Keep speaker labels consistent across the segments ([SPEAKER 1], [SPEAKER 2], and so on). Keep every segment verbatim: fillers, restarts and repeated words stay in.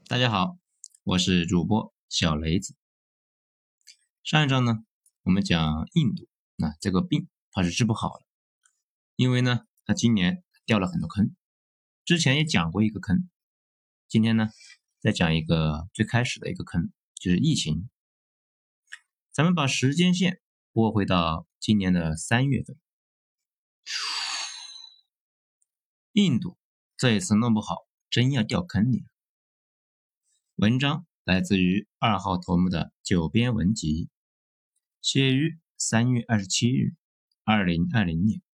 [SPEAKER 1] 大家好，我是主播小雷子。上一章呢，我们讲印度，那这个病它是治不好的，因为呢，它今年掉了很多坑。之前也讲过一个坑，今天呢，再讲一个最开始的一个坑，就是疫情。咱们把时间线拨回到今年的三月份，印度这一次弄不好，真要掉坑里了。文章来自于二号头目的九编文集，写于三月二十七日，二零二零年。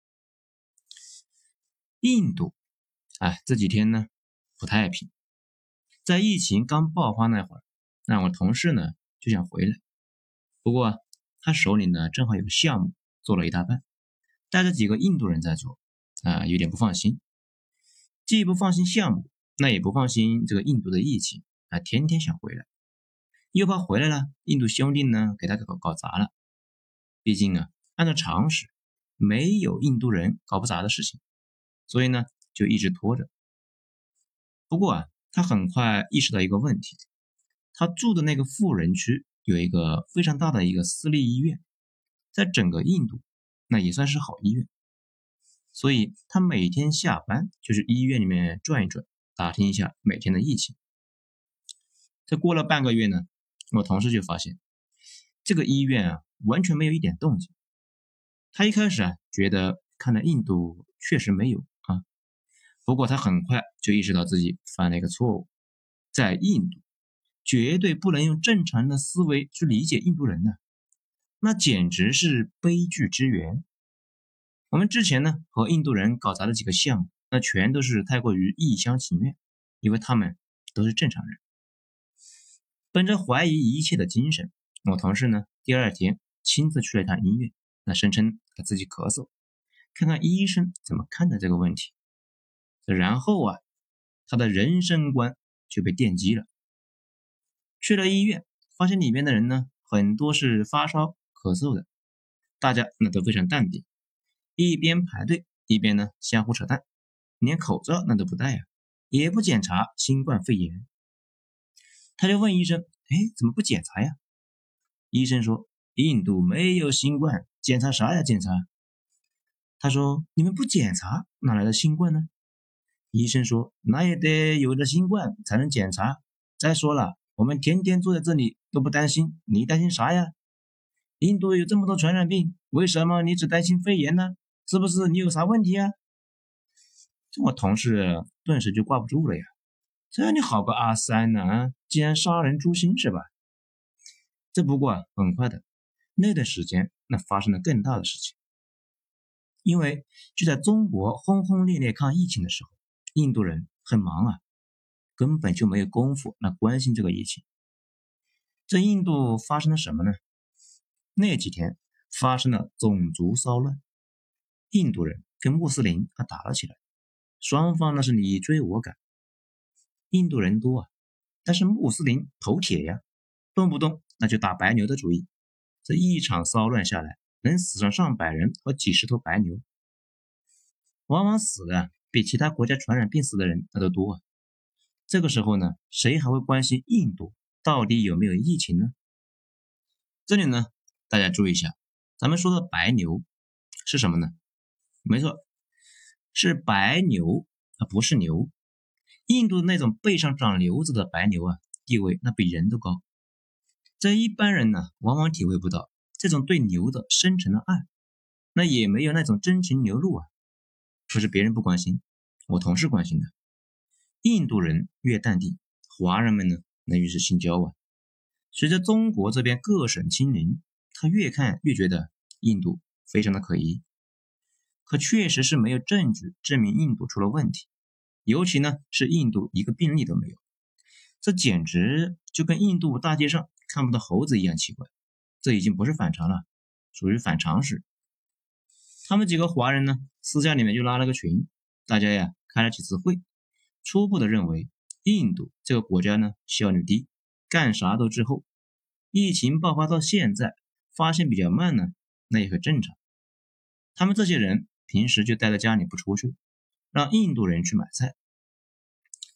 [SPEAKER 1] 印度，哎，这几天呢不太平。在疫情刚爆发那会儿，那我同事呢就想回来，不过他手里呢正好有项目做了一大半，带着几个印度人在做，啊，有点不放心，既不放心项目，那也不放心这个印度的疫情。啊，天天想回来，又怕回来了，印度兄弟呢给他搞搞砸了。毕竟啊，按照常识，没有印度人搞不砸的事情，所以呢就一直拖着。不过啊，他很快意识到一个问题，他住的那个富人区有一个非常大的一个私立医院，在整个印度那也算是好医院，所以他每天下班就去医院里面转一转，打听一下每天的疫情。这过了半个月呢，我同事就发现这个医院啊完全没有一点动静。他一开始啊觉得看来印度确实没有啊，不过他很快就意识到自己犯了一个错误，在印度绝对不能用正常的思维去理解印度人呢，那简直是悲剧之源。我们之前呢和印度人搞砸的几个项目，那全都是太过于一厢情愿，因为他们都是正常人。本着怀疑一切的精神，我同事呢第二天亲自去了一趟医院，那声称他自己咳嗽，看看医生怎么看待这个问题。然后啊，他的人生观就被电击了。去了医院，发现里面的人呢很多是发烧咳嗽的，大家那都非常淡定，一边排队一边呢相互扯淡，连口罩那都不戴啊，也不检查新冠肺炎。他就问医生，哎，怎么不检查呀？医生说，印度没有新冠，检查啥呀检查？他说，你们不检查哪来的新冠呢？医生说，那也得有了新冠才能检查。再说了，我们天天坐在这里都不担心，你担心啥呀？印度有这么多传染病，为什么你只担心肺炎呢？是不是你有啥问题啊？我同事顿时就挂不住了呀，这你好个阿三呢啊，竟然杀人诛心是吧？这不过啊，很快的，那段时间那发生了更大的事情。因为就在中国轰轰烈烈抗疫情的时候，印度人很忙啊，根本就没有功夫那关心这个疫情。这印度发生了什么呢？那几天发生了种族骚乱，印度人跟穆斯林啊打了起来，双方那是你追我赶。印度人多啊，但是穆斯林头铁呀，动不动那就打白牛的主意。这一场骚乱下来，能死上上百人和几十头白牛，往往死的比其他国家传染病死的人那都多啊。这个时候呢，谁还会关心印度到底有没有疫情呢？这里呢，大家注意一下，咱们说的白牛是什么呢？没错，是白牛，啊，不是牛。印度那种背上长瘤子的白牛啊，地位那比人都高。这一般人呢，往往体会不到这种对牛的深沉的爱，那也没有那种真情流露啊。可是别人不关心，我同事关心的。印度人越淡定，华人们呢，那越是心焦啊。随着中国这边各省清零，他越看越觉得印度非常的可疑。可确实是没有证据证明印度出了问题，尤其呢是印度一个病例都没有，这简直就跟印度大街上看不到猴子一样奇怪。这已经不是反常了，属于反常识。他们几个华人呢，私下里面就拉了个群，大家呀开了几次会，初步的认为印度这个国家呢效率低，干啥都滞后，疫情爆发到现在发现比较慢呢，那也很正常。他们这些人平时就待在家里不出去，让印度人去买菜。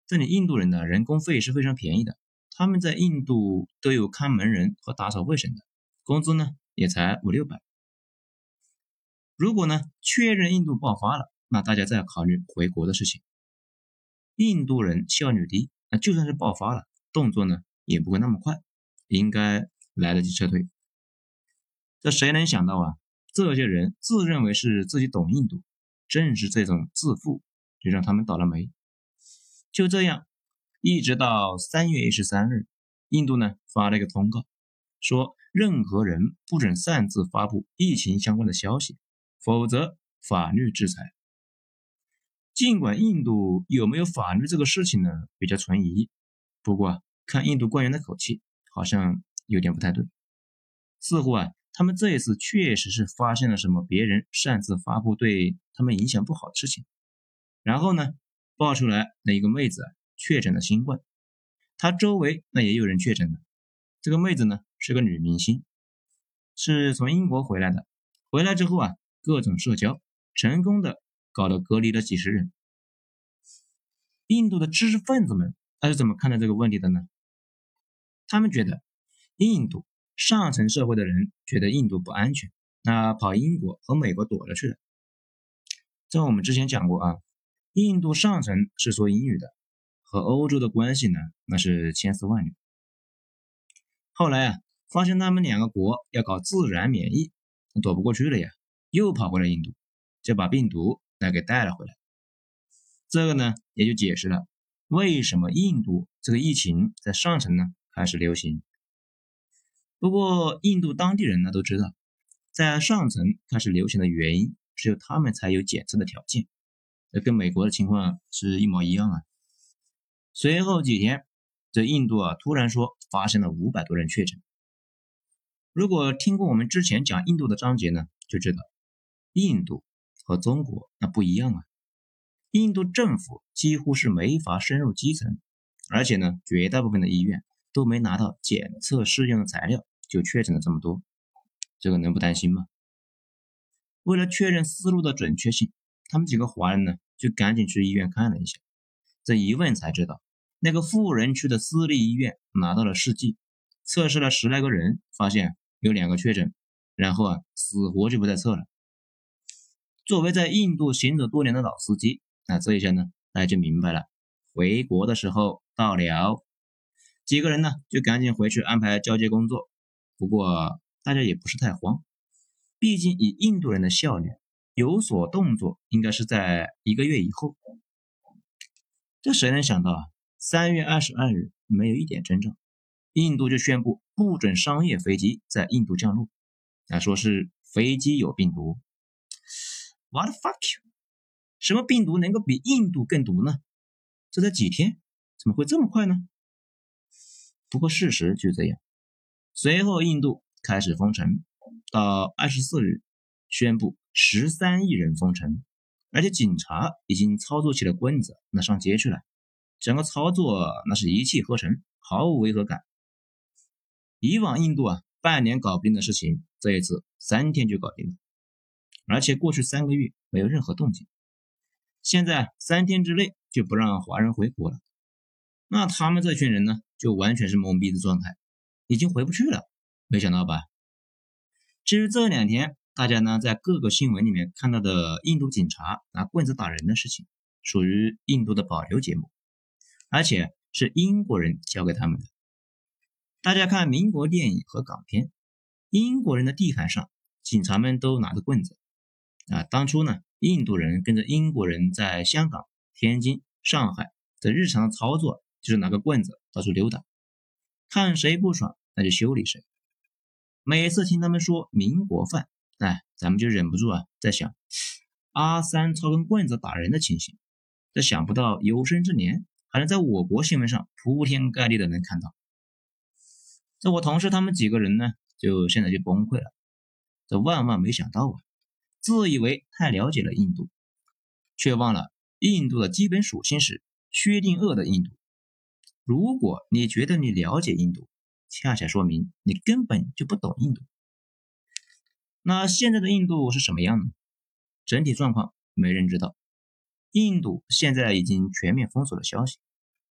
[SPEAKER 1] 这里印度人的人工费是非常便宜的，他们在印度都有看门人和打扫卫生的，工资呢也才五六百。如果呢确认印度爆发了，那大家再考虑回国的事情。印度人效率低，那就算是爆发了，动作呢也不会那么快，应该来得及撤退。这谁能想到啊，这些人自认为是自己懂印度，正是这种自负就让他们倒了霉。就这样一直到三月二十三日，印度呢发了一个通告，说任何人不准擅自发布疫情相关的消息，否则法律制裁。尽管印度有没有法律这个事情呢比较存疑，不过看印度官员的口气好像有点不太对，似乎啊他们这一次确实是发现了什么别人擅自发布对他们影响不好的事情，然后呢爆出来那一个妹子啊确诊了新冠，她周围那也有人确诊了。这个妹子呢是个女明星，是从英国回来的，回来之后啊各种社交，成功的搞了隔离了几十人。印度的知识分子们他是怎么看待这个问题的呢？他们觉得印度上层社会的人觉得印度不安全，那跑英国和美国躲了去了。在我们之前讲过啊，印度上层是说英语的，和欧洲的关系呢那是千丝万缕。后来啊发现他们两个国要搞自然免疫，躲不过去了呀，又跑回了印度，就把病毒来给带了回来。这个呢也就解释了为什么印度这个疫情在上层呢开始流行。不过印度当地人呢都知道，在上层开始流行的原因只有他们才有检测的条件，这跟美国的情况是一模一样啊。随后几天，这印度啊突然说发现了五百多人确诊。如果听过我们之前讲印度的章节呢，就知道印度和中国那不一样啊。印度政府几乎是没法深入基层，而且呢绝大部分的医院都没拿到检测试用的材料就确诊了这么多，这个能不担心吗？为了确认思路的准确性，他们几个华人呢就赶紧去医院看了一下，这一问才知道那个富人区的私立医院拿到了试剂，测试了十来个人，发现有两个确诊，然后啊死活就不再测了。作为在印度行走多年的老司机，那这一下呢大家就明白了，回国的时候到了。几个人呢就赶紧回去安排交接工作，不过大家也不是太慌，毕竟以印度人的效率，有所动作应该是在一个月以后。这谁能想到啊，三月二十二日没有一点征兆，印度就宣布不准商业飞机在印度降落，那说是飞机有病毒。 What the fuck you？ 什么病毒能够比印度更毒呢？这才几天怎么会这么快呢？不过事实就这样，随后印度开始封城，到二十四日宣布十三亿人封城，而且警察已经操作起了棍子，那上街去了，整个操作那是一气呵成，毫无违和感。以往印度啊半年搞不定的事情，这一次三天就搞定了，而且过去三个月没有任何动静，现在三天之内就不让华人回国了。那他们这群人呢就完全是懵逼的状态，已经回不去了，没想到吧？至于这两天大家呢在各个新闻里面看到的印度警察拿棍子打人的事情，属于印度的保留节目，而且是英国人教给他们的。大家看民国电影和港片，英国人的地毯上警察们都拿着棍子啊。当初呢印度人跟着英国人在香港、天津、上海的日常的操作就是拿个棍子到处溜达，看谁不爽那就修理谁。每次听他们说民国饭，哎，咱们就忍不住啊在想阿三操根棍子打人的情形，这想不到有生之年还能在我国新闻上铺天盖地的能看到。这我同事他们几个人呢就现在就崩溃了，这万万没想到啊，自以为太了解了印度，却忘了印度的基本属性是薛定谔的印度。如果你觉得你了解印度，恰恰说明你根本就不懂印度。那现在的印度是什么样呢？整体状况没人知道。印度现在已经全面封锁了消息，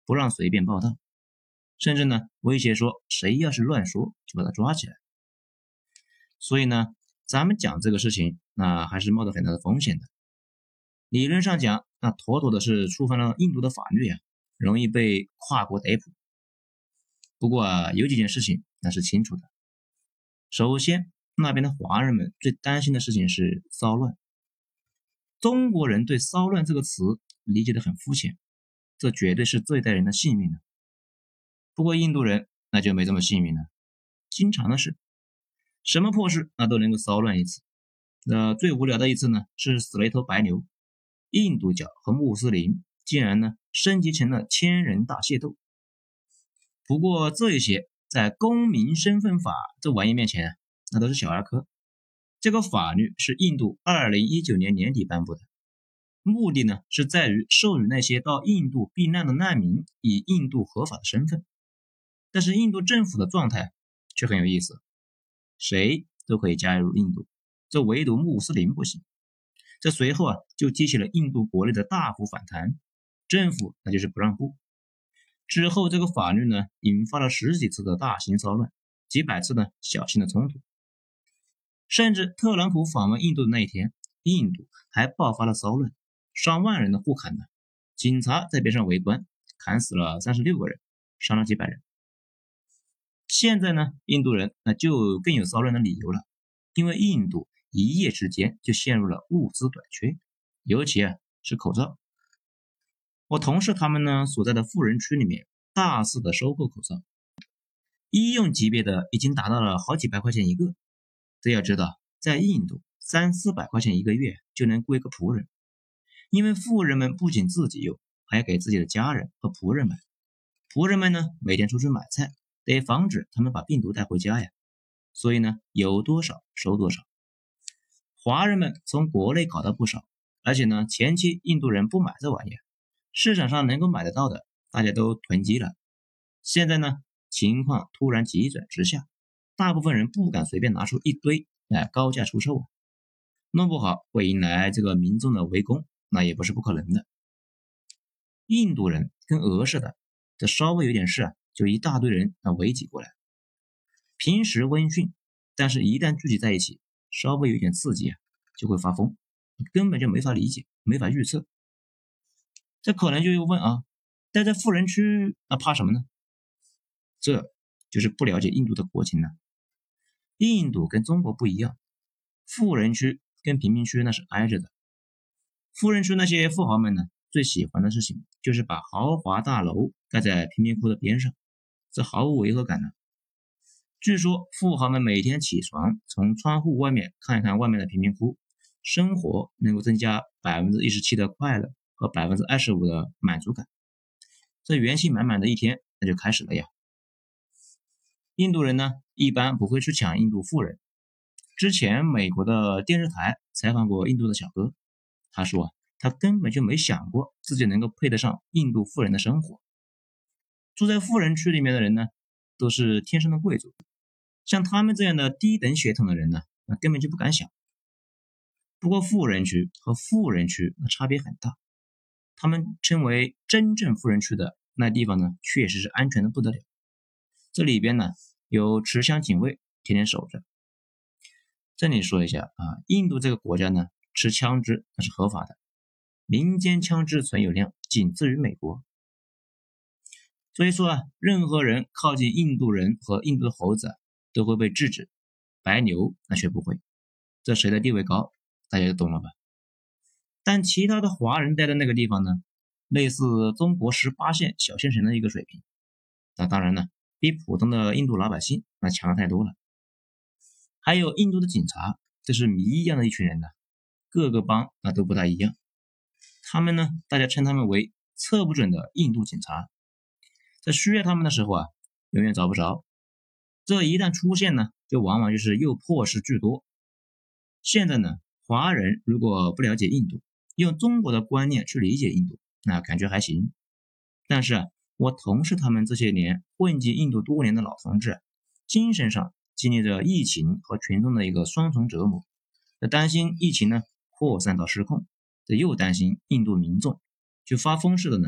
[SPEAKER 1] 不让随便报道，甚至呢威胁说谁要是乱说就把他抓起来。所以呢咱们讲这个事情，那还是冒着很大的风险的。理论上讲，那妥妥的是触犯了印度的法律啊，容易被跨国逮捕。不过啊，有几件事情那是清楚的。首先，那边的华人们最担心的事情是骚乱。中国人对骚乱这个词理解得很肤浅，这绝对是这一代人的性命了。不过印度人那就没这么幸运了，经常的事，什么破事那都能够骚乱一次。那最无聊的一次呢，是死了一头白牛，印度教和穆斯林竟然呢升级成了千人大械斗。不过这一些在公民身份法这玩意面前啊，那都是小儿科。这个法律是印度二零一九年年底颁布的，目的呢是在于授予那些到印度避难的难民以印度合法的身份。但是印度政府的状态却很有意思，谁都可以加入印度，这唯独穆斯林不行。这随后啊就激起了印度国内的大幅反弹，政府那就是不让步。之后这个法律呢引发了十几次的大型骚乱，几百次的小型的冲突。甚至特朗普访问印度的那一天，印度还爆发了骚乱，上万人的互砍呢，警察在边上围观，砍死了三十六个人，伤了几百人。现在呢印度人那就更有骚乱的理由了，因为印度一夜之间就陷入了物资短缺，尤其啊是口罩。我同事他们呢所在的富人区里面大肆的收购口罩，医用级别的已经达到了好几百块钱一个。这要知道，在印度三四百块钱一个月就能雇一个仆人，因为富人们不仅自己用，还要给自己的家人和仆人买。仆人们呢每天出去买菜，得防止他们把病毒带回家呀，所以呢有多少收多少。华人们从国内搞到不少，而且呢前期印度人不买这玩意儿，市场上能够买得到的大家都囤积了。现在呢情况突然急转直下，大部分人不敢随便拿出一堆来高价出售，弄不好会引来这个民众的围攻，那也不是不可能的。印度人跟俄似的，这稍微有点事啊，就一大堆人啊围挤过来。平时温驯，但是一旦聚集在一起，稍微有点刺激啊，就会发疯，根本就没法理解，没法预测。这可能就又问啊，待在富人区那怕什么呢？这就是不了解印度的国情了。印度跟中国不一样，富人区跟贫民区那是挨着的。富人区那些富豪们呢，最喜欢的事情就是把豪华大楼盖在贫民窟的边上，这毫无违和感呢。据说富豪们每天起床从窗户外面看一看外面的贫民窟，生活能够增加 百分之一十七 的快乐和 百分之二十五 的满足感，这元气满满的一天那就开始了呀。印度人呢一般不会去抢印度富人。之前美国的电视台采访过印度的小哥，他说他根本就没想过自己能够配得上印度富人的生活。住在富人区里面的人呢都是天生的贵族，像他们这样的低等血统的人呢那根本就不敢想。不过富人区和富人区那差别很大，他们称为真正富人区的那地方呢确实是安全的不得了，这里边呢有持枪警卫天天守着。这里说一下啊，印度这个国家呢持枪支那是合法的，民间枪支存有量仅次于美国。所以说啊，任何人靠近印度人和印度的猴子啊都会被制止，白牛那却不会，这谁的地位高大家就懂了吧。但其他的华人待的那个地方呢，类似中国十八线小县城的一个水平，那当然呢比普通的印度老百姓那强太多了。还有印度的警察，这是谜一样的一群人呢，各个邦那都不大一样。他们呢，大家称他们为测不准的印度警察，在需要他们的时候啊，永远找不着。这一旦出现呢，就往往就是又破事巨多。现在呢，华人如果不了解印度，用中国的观念去理解印度，那感觉还行。但是啊，我同事他们这些年混迹印度多年的老同志，精神上经历着疫情和群众的一个双重折磨，这担心疫情呢扩散到失控，这又担心印度民众就发疯似的呢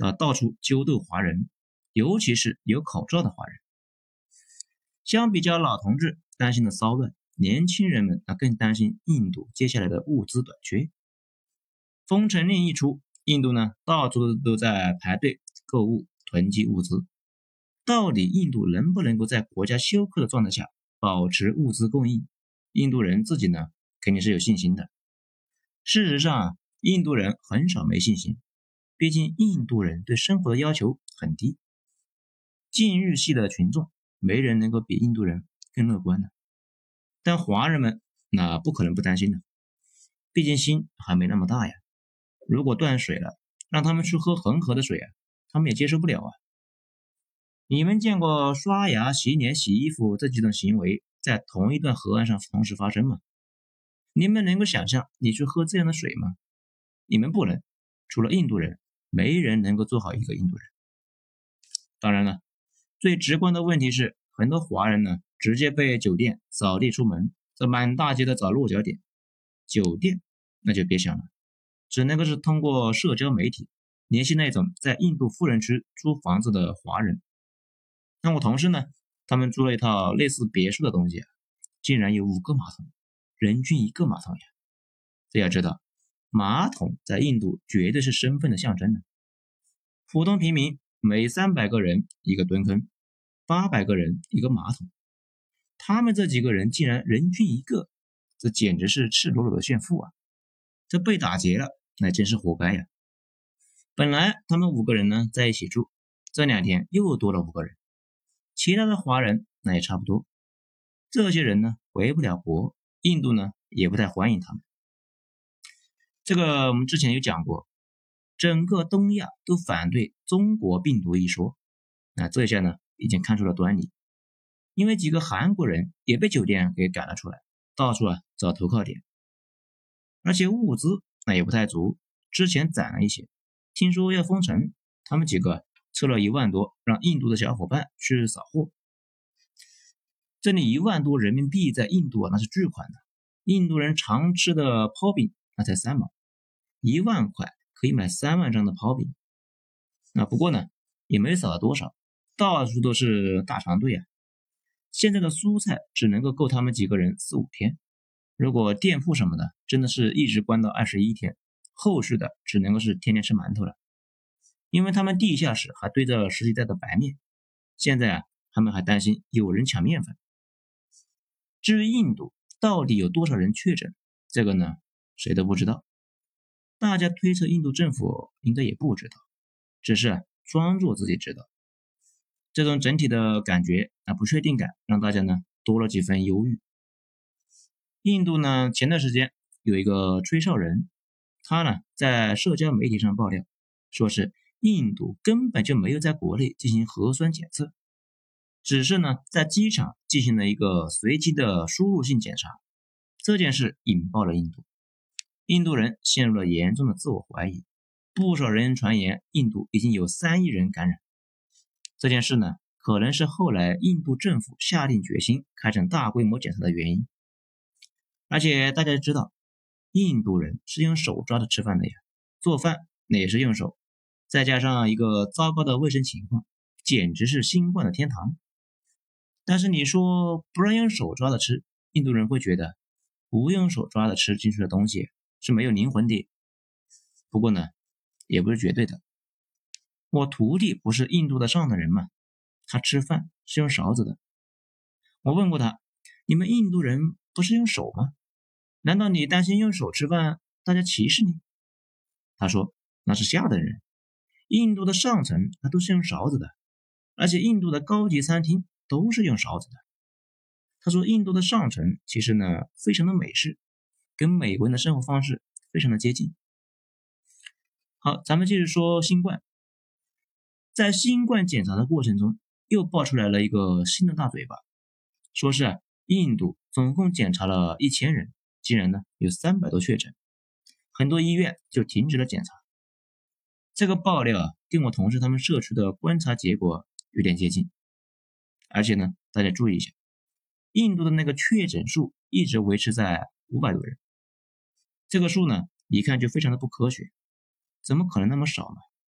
[SPEAKER 1] 啊，到处揪斗华人，尤其是有口罩的华人。相比较老同志担心的骚乱，年轻人们啊更担心印度接下来的物资短缺。封城令一出，印度呢到处都在排队购物囤积物资。到底印度能不能够在国家休克的状态下保持物资供应？印度人自己呢肯定是有信心的。事实上啊，印度人很少没信心，毕竟印度人对生活的要求很低。禁欲系的群众没人能够比印度人更乐观的。但华人们那不可能不担心的，毕竟心还没那么大呀。如果断水了，让他们去喝恒河的水啊，他们也接受不了啊。你们见过刷牙、洗脸、洗衣服这几种行为在同一段河岸上同时发生吗？你们能够想象你去喝这样的水吗？你们不能，除了印度人，没人能够做好一个印度人。当然了，最直观的问题是，很多华人呢直接被酒店扫地出门，这满大街的找落脚点。酒店那就别想了，只能够是通过社交媒体联系那种在印度富人区租房子的华人。那我同事呢，他们租了一套类似别墅的东西啊，竟然有五个马桶，人均一个马桶呀。这要知道，马桶在印度绝对是身份的象征的。普通平民每三百个人一个蹲坑，八百个人一个马桶，他们这几个人竟然人均一个，这简直是赤裸裸的炫富啊！这被打劫了，那真是活该呀。本来他们五个人呢在一起住，这两天又多了五个人，其他的华人那也差不多。这些人呢回不了国，印度呢也不太欢迎他们。这个我们之前有讲过，整个东亚都反对中国病毒一说，那这下呢已经看出了端倪。因为几个韩国人也被酒店给赶了出来，到处啊找投靠点，而且物资那也不太足，之前攒了一些，听说要封城，他们几个凑了一万多，让印度的小伙伴去扫货。这里一万多人民币在印度啊那是巨款的，印度人常吃的泡饼那才三毛，一万块可以买三万张的泡饼。那不过呢也没扫了多少，到处都是大长队啊。现在的蔬菜只能够够他们几个人四五天，如果店铺什么的真的是一直关到二十一天，后续的只能够是天天吃馒头了。因为他们地下室还堆着十几袋的白面，现在啊他们还担心有人抢面粉。至于印度到底有多少人确诊，这个呢谁都不知道。大家推测印度政府应该也不知道，只是啊装作自己知道。这种整体的感觉啊不确定感让大家呢多了几分忧郁。印度呢前段时间有一个吹哨人，他呢在社交媒体上爆料，说是印度根本就没有在国内进行核酸检测，只是呢在机场进行了一个随机的输入性检查。这件事引爆了印度，印度人陷入了严重的自我怀疑，不少人传言印度已经有三亿人感染。这件事呢可能是后来印度政府下定决心开展大规模检查的原因。而且大家知道，印度人是用手抓着吃饭的呀，做饭那也是用手，再加上一个糟糕的卫生情况，简直是新冠的天堂。但是你说不让用手抓着吃，印度人会觉得不用手抓着吃进去的东西是没有灵魂的。不过呢也不是绝对的，我徒弟不是印度的上等人嘛，他吃饭是用勺子的。我问过他，你们印度人不是用手吗？难道你担心用手吃饭大家歧视你？他说那是下等人，印度的上层那都是用勺子的，而且印度的高级餐厅都是用勺子的。他说印度的上层其实呢非常的美式，跟美国人的生活方式非常的接近。好，咱们继续说新冠。在新冠检查的过程中，又爆出来了一个新的大嘴巴，说是印度总共检查了一千人，竟然呢有三百多确诊，很多医院就停止了检查。这个爆料啊，跟我同事他们社区的观察结果有点接近。而且呢，大家注意一下，印度的那个确诊数一直维持在五百多人，这个数呢，一看就非常的不科学，怎么可能那么少呢？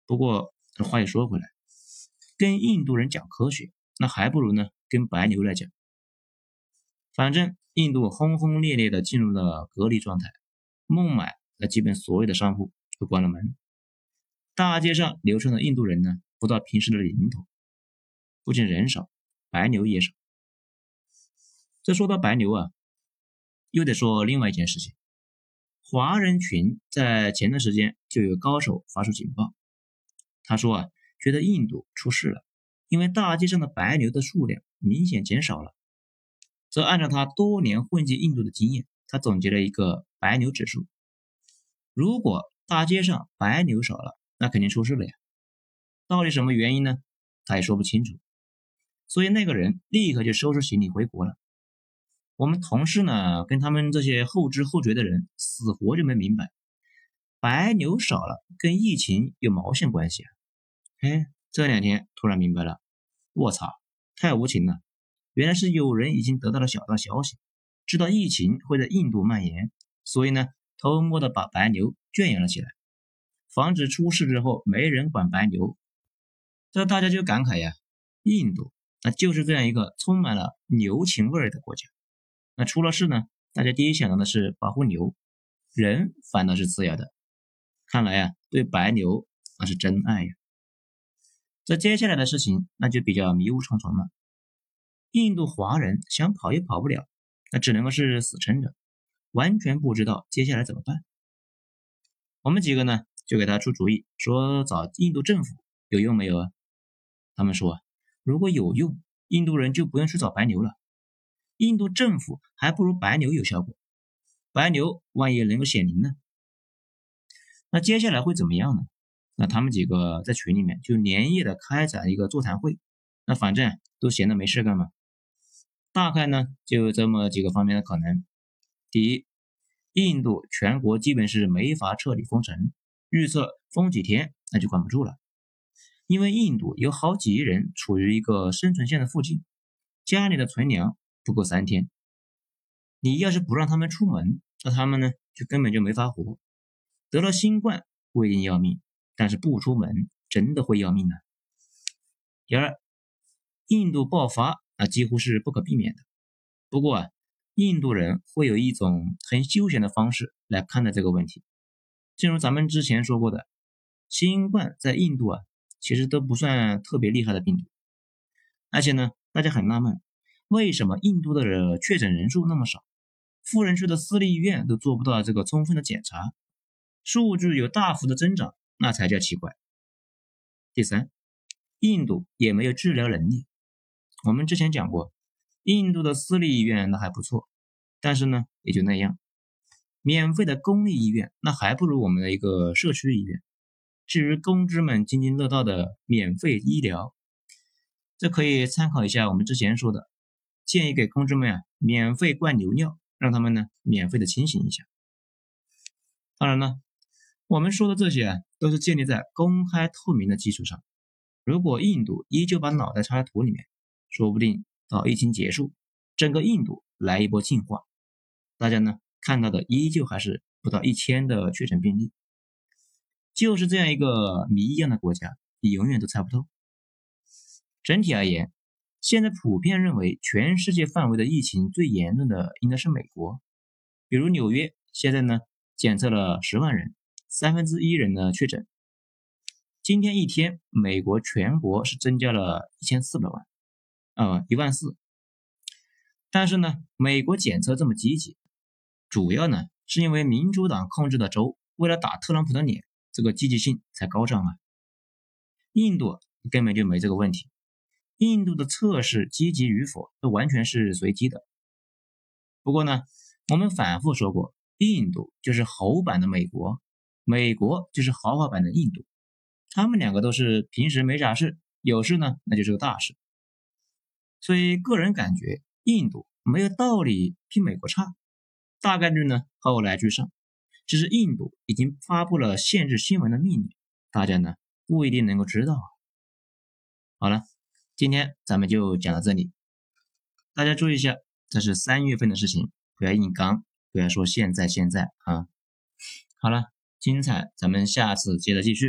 [SPEAKER 1] 不过话又说回来，跟印度人讲科学，那还不如呢跟白牛来讲。反正印度轰轰烈烈的进入了隔离状态，孟买那基本所有的商铺都关了门，大街上流窜的印度人呢不到平时的零头，不仅人少，白牛也少。这说到白牛啊，又得说另外一件事情。华人群在前段时间就有高手发出警报，他说啊，觉得印度出事了，因为大街上的白牛的数量明显减少了。这按照他多年混迹印度的经验，他总结了一个白牛指数。如果大街上白牛少了，那肯定出事了呀。到底什么原因呢？他也说不清楚。所以那个人立刻就收拾行李回国了。我们同事呢，跟他们这些后知后觉的人死活就没明白，白牛少了跟疫情有毛线关系啊？哎，这两天突然明白了，卧槽，太无情了！原来是有人已经得到了小道消息，知道疫情会在印度蔓延，所以呢，偷摸的把白牛圈养了起来，防止出事之后没人管白牛。这大家就感慨呀，印度那就是这样一个充满了牛情味的国家。那出了事呢，大家第一想到的是保护牛，人反倒是次要的。看来啊，对白牛那是真爱呀。这接下来的事情那就比较迷雾重重了。印度华人想跑也跑不了，那只能够是死撑着，完全不知道接下来怎么办。我们几个呢就给他出主意，说找印度政府有用没有啊？他们说，如果有用，印度人就不用去找白牛了。印度政府还不如白牛有效果，白牛万一能够显灵呢？那接下来会怎么样呢？那他们几个在群里面就连夜的开展一个座谈会，那反正都闲的没事干嘛。大概呢就有这么几个方面的可能。第一，印度全国基本是没法彻底封城，预测封几天那就管不住了。因为印度有好几亿人处于一个生存线的附近，家里的存粮不够三天，你要是不让他们出门，那他们呢就根本就没法活。得了新冠不一定要命，但是不出门真的会要命的。第二，印度爆发那几乎是不可避免的。不过啊，印度人会有一种很休闲的方式来看待这个问题。正如咱们之前说过的，新冠在印度啊其实都不算特别厉害的病毒。而且呢，大家很纳闷，为什么印度的确诊人数那么少，富人区的私立医院都做不到这个充分的检查，数据有大幅的增长，那才叫奇怪。第三，印度也没有治疗能力。我们之前讲过，印度的私立医院那还不错，但是呢也就那样。免费的公立医院那还不如我们的一个社区医院。至于公知们津津乐道的免费医疗，这可以参考一下我们之前说的，建议给公知们啊免费灌牛尿，让他们呢免费的清醒一下。当然了，我们说的这些啊都是建立在公开透明的基础上。如果印度依旧把脑袋插在土里面，说不定到疫情结束，整个印度来一波净化，大家呢看到的依旧还是不到一千的确诊病例。就是这样一个谜一样的国家，你永远都猜不透。整体而言，现在普遍认为全世界范围的疫情最严重的应该是美国。比如纽约现在呢检测了十万人，三分之一人呢确诊。今天一天，美国全国是增加了一千四百万，呃，一万四。但是呢，美国检测这么积极，主要呢是因为民主党控制的州为了打特朗普的脸，这个积极性才高涨啊。印度根本就没这个问题，印度的测试积极与否都完全是随机的。不过呢，我们反复说过，印度就是猴版的美国，美国就是豪华版的印度，他们两个都是平时没啥事，有事呢那就是个大事。所以个人感觉印度没有道理比美国差，大概率呢后来居上。只是印度已经发布了限制新闻的命令，大家呢不一定能够知道啊。好了，今天咱们就讲到这里，大家注意一下，这是三月份的事情，不要硬刚，不要说现在现在啊。好了，精彩咱们下次接着继续，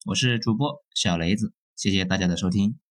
[SPEAKER 1] 我是主播小雷子，谢谢大家的收听。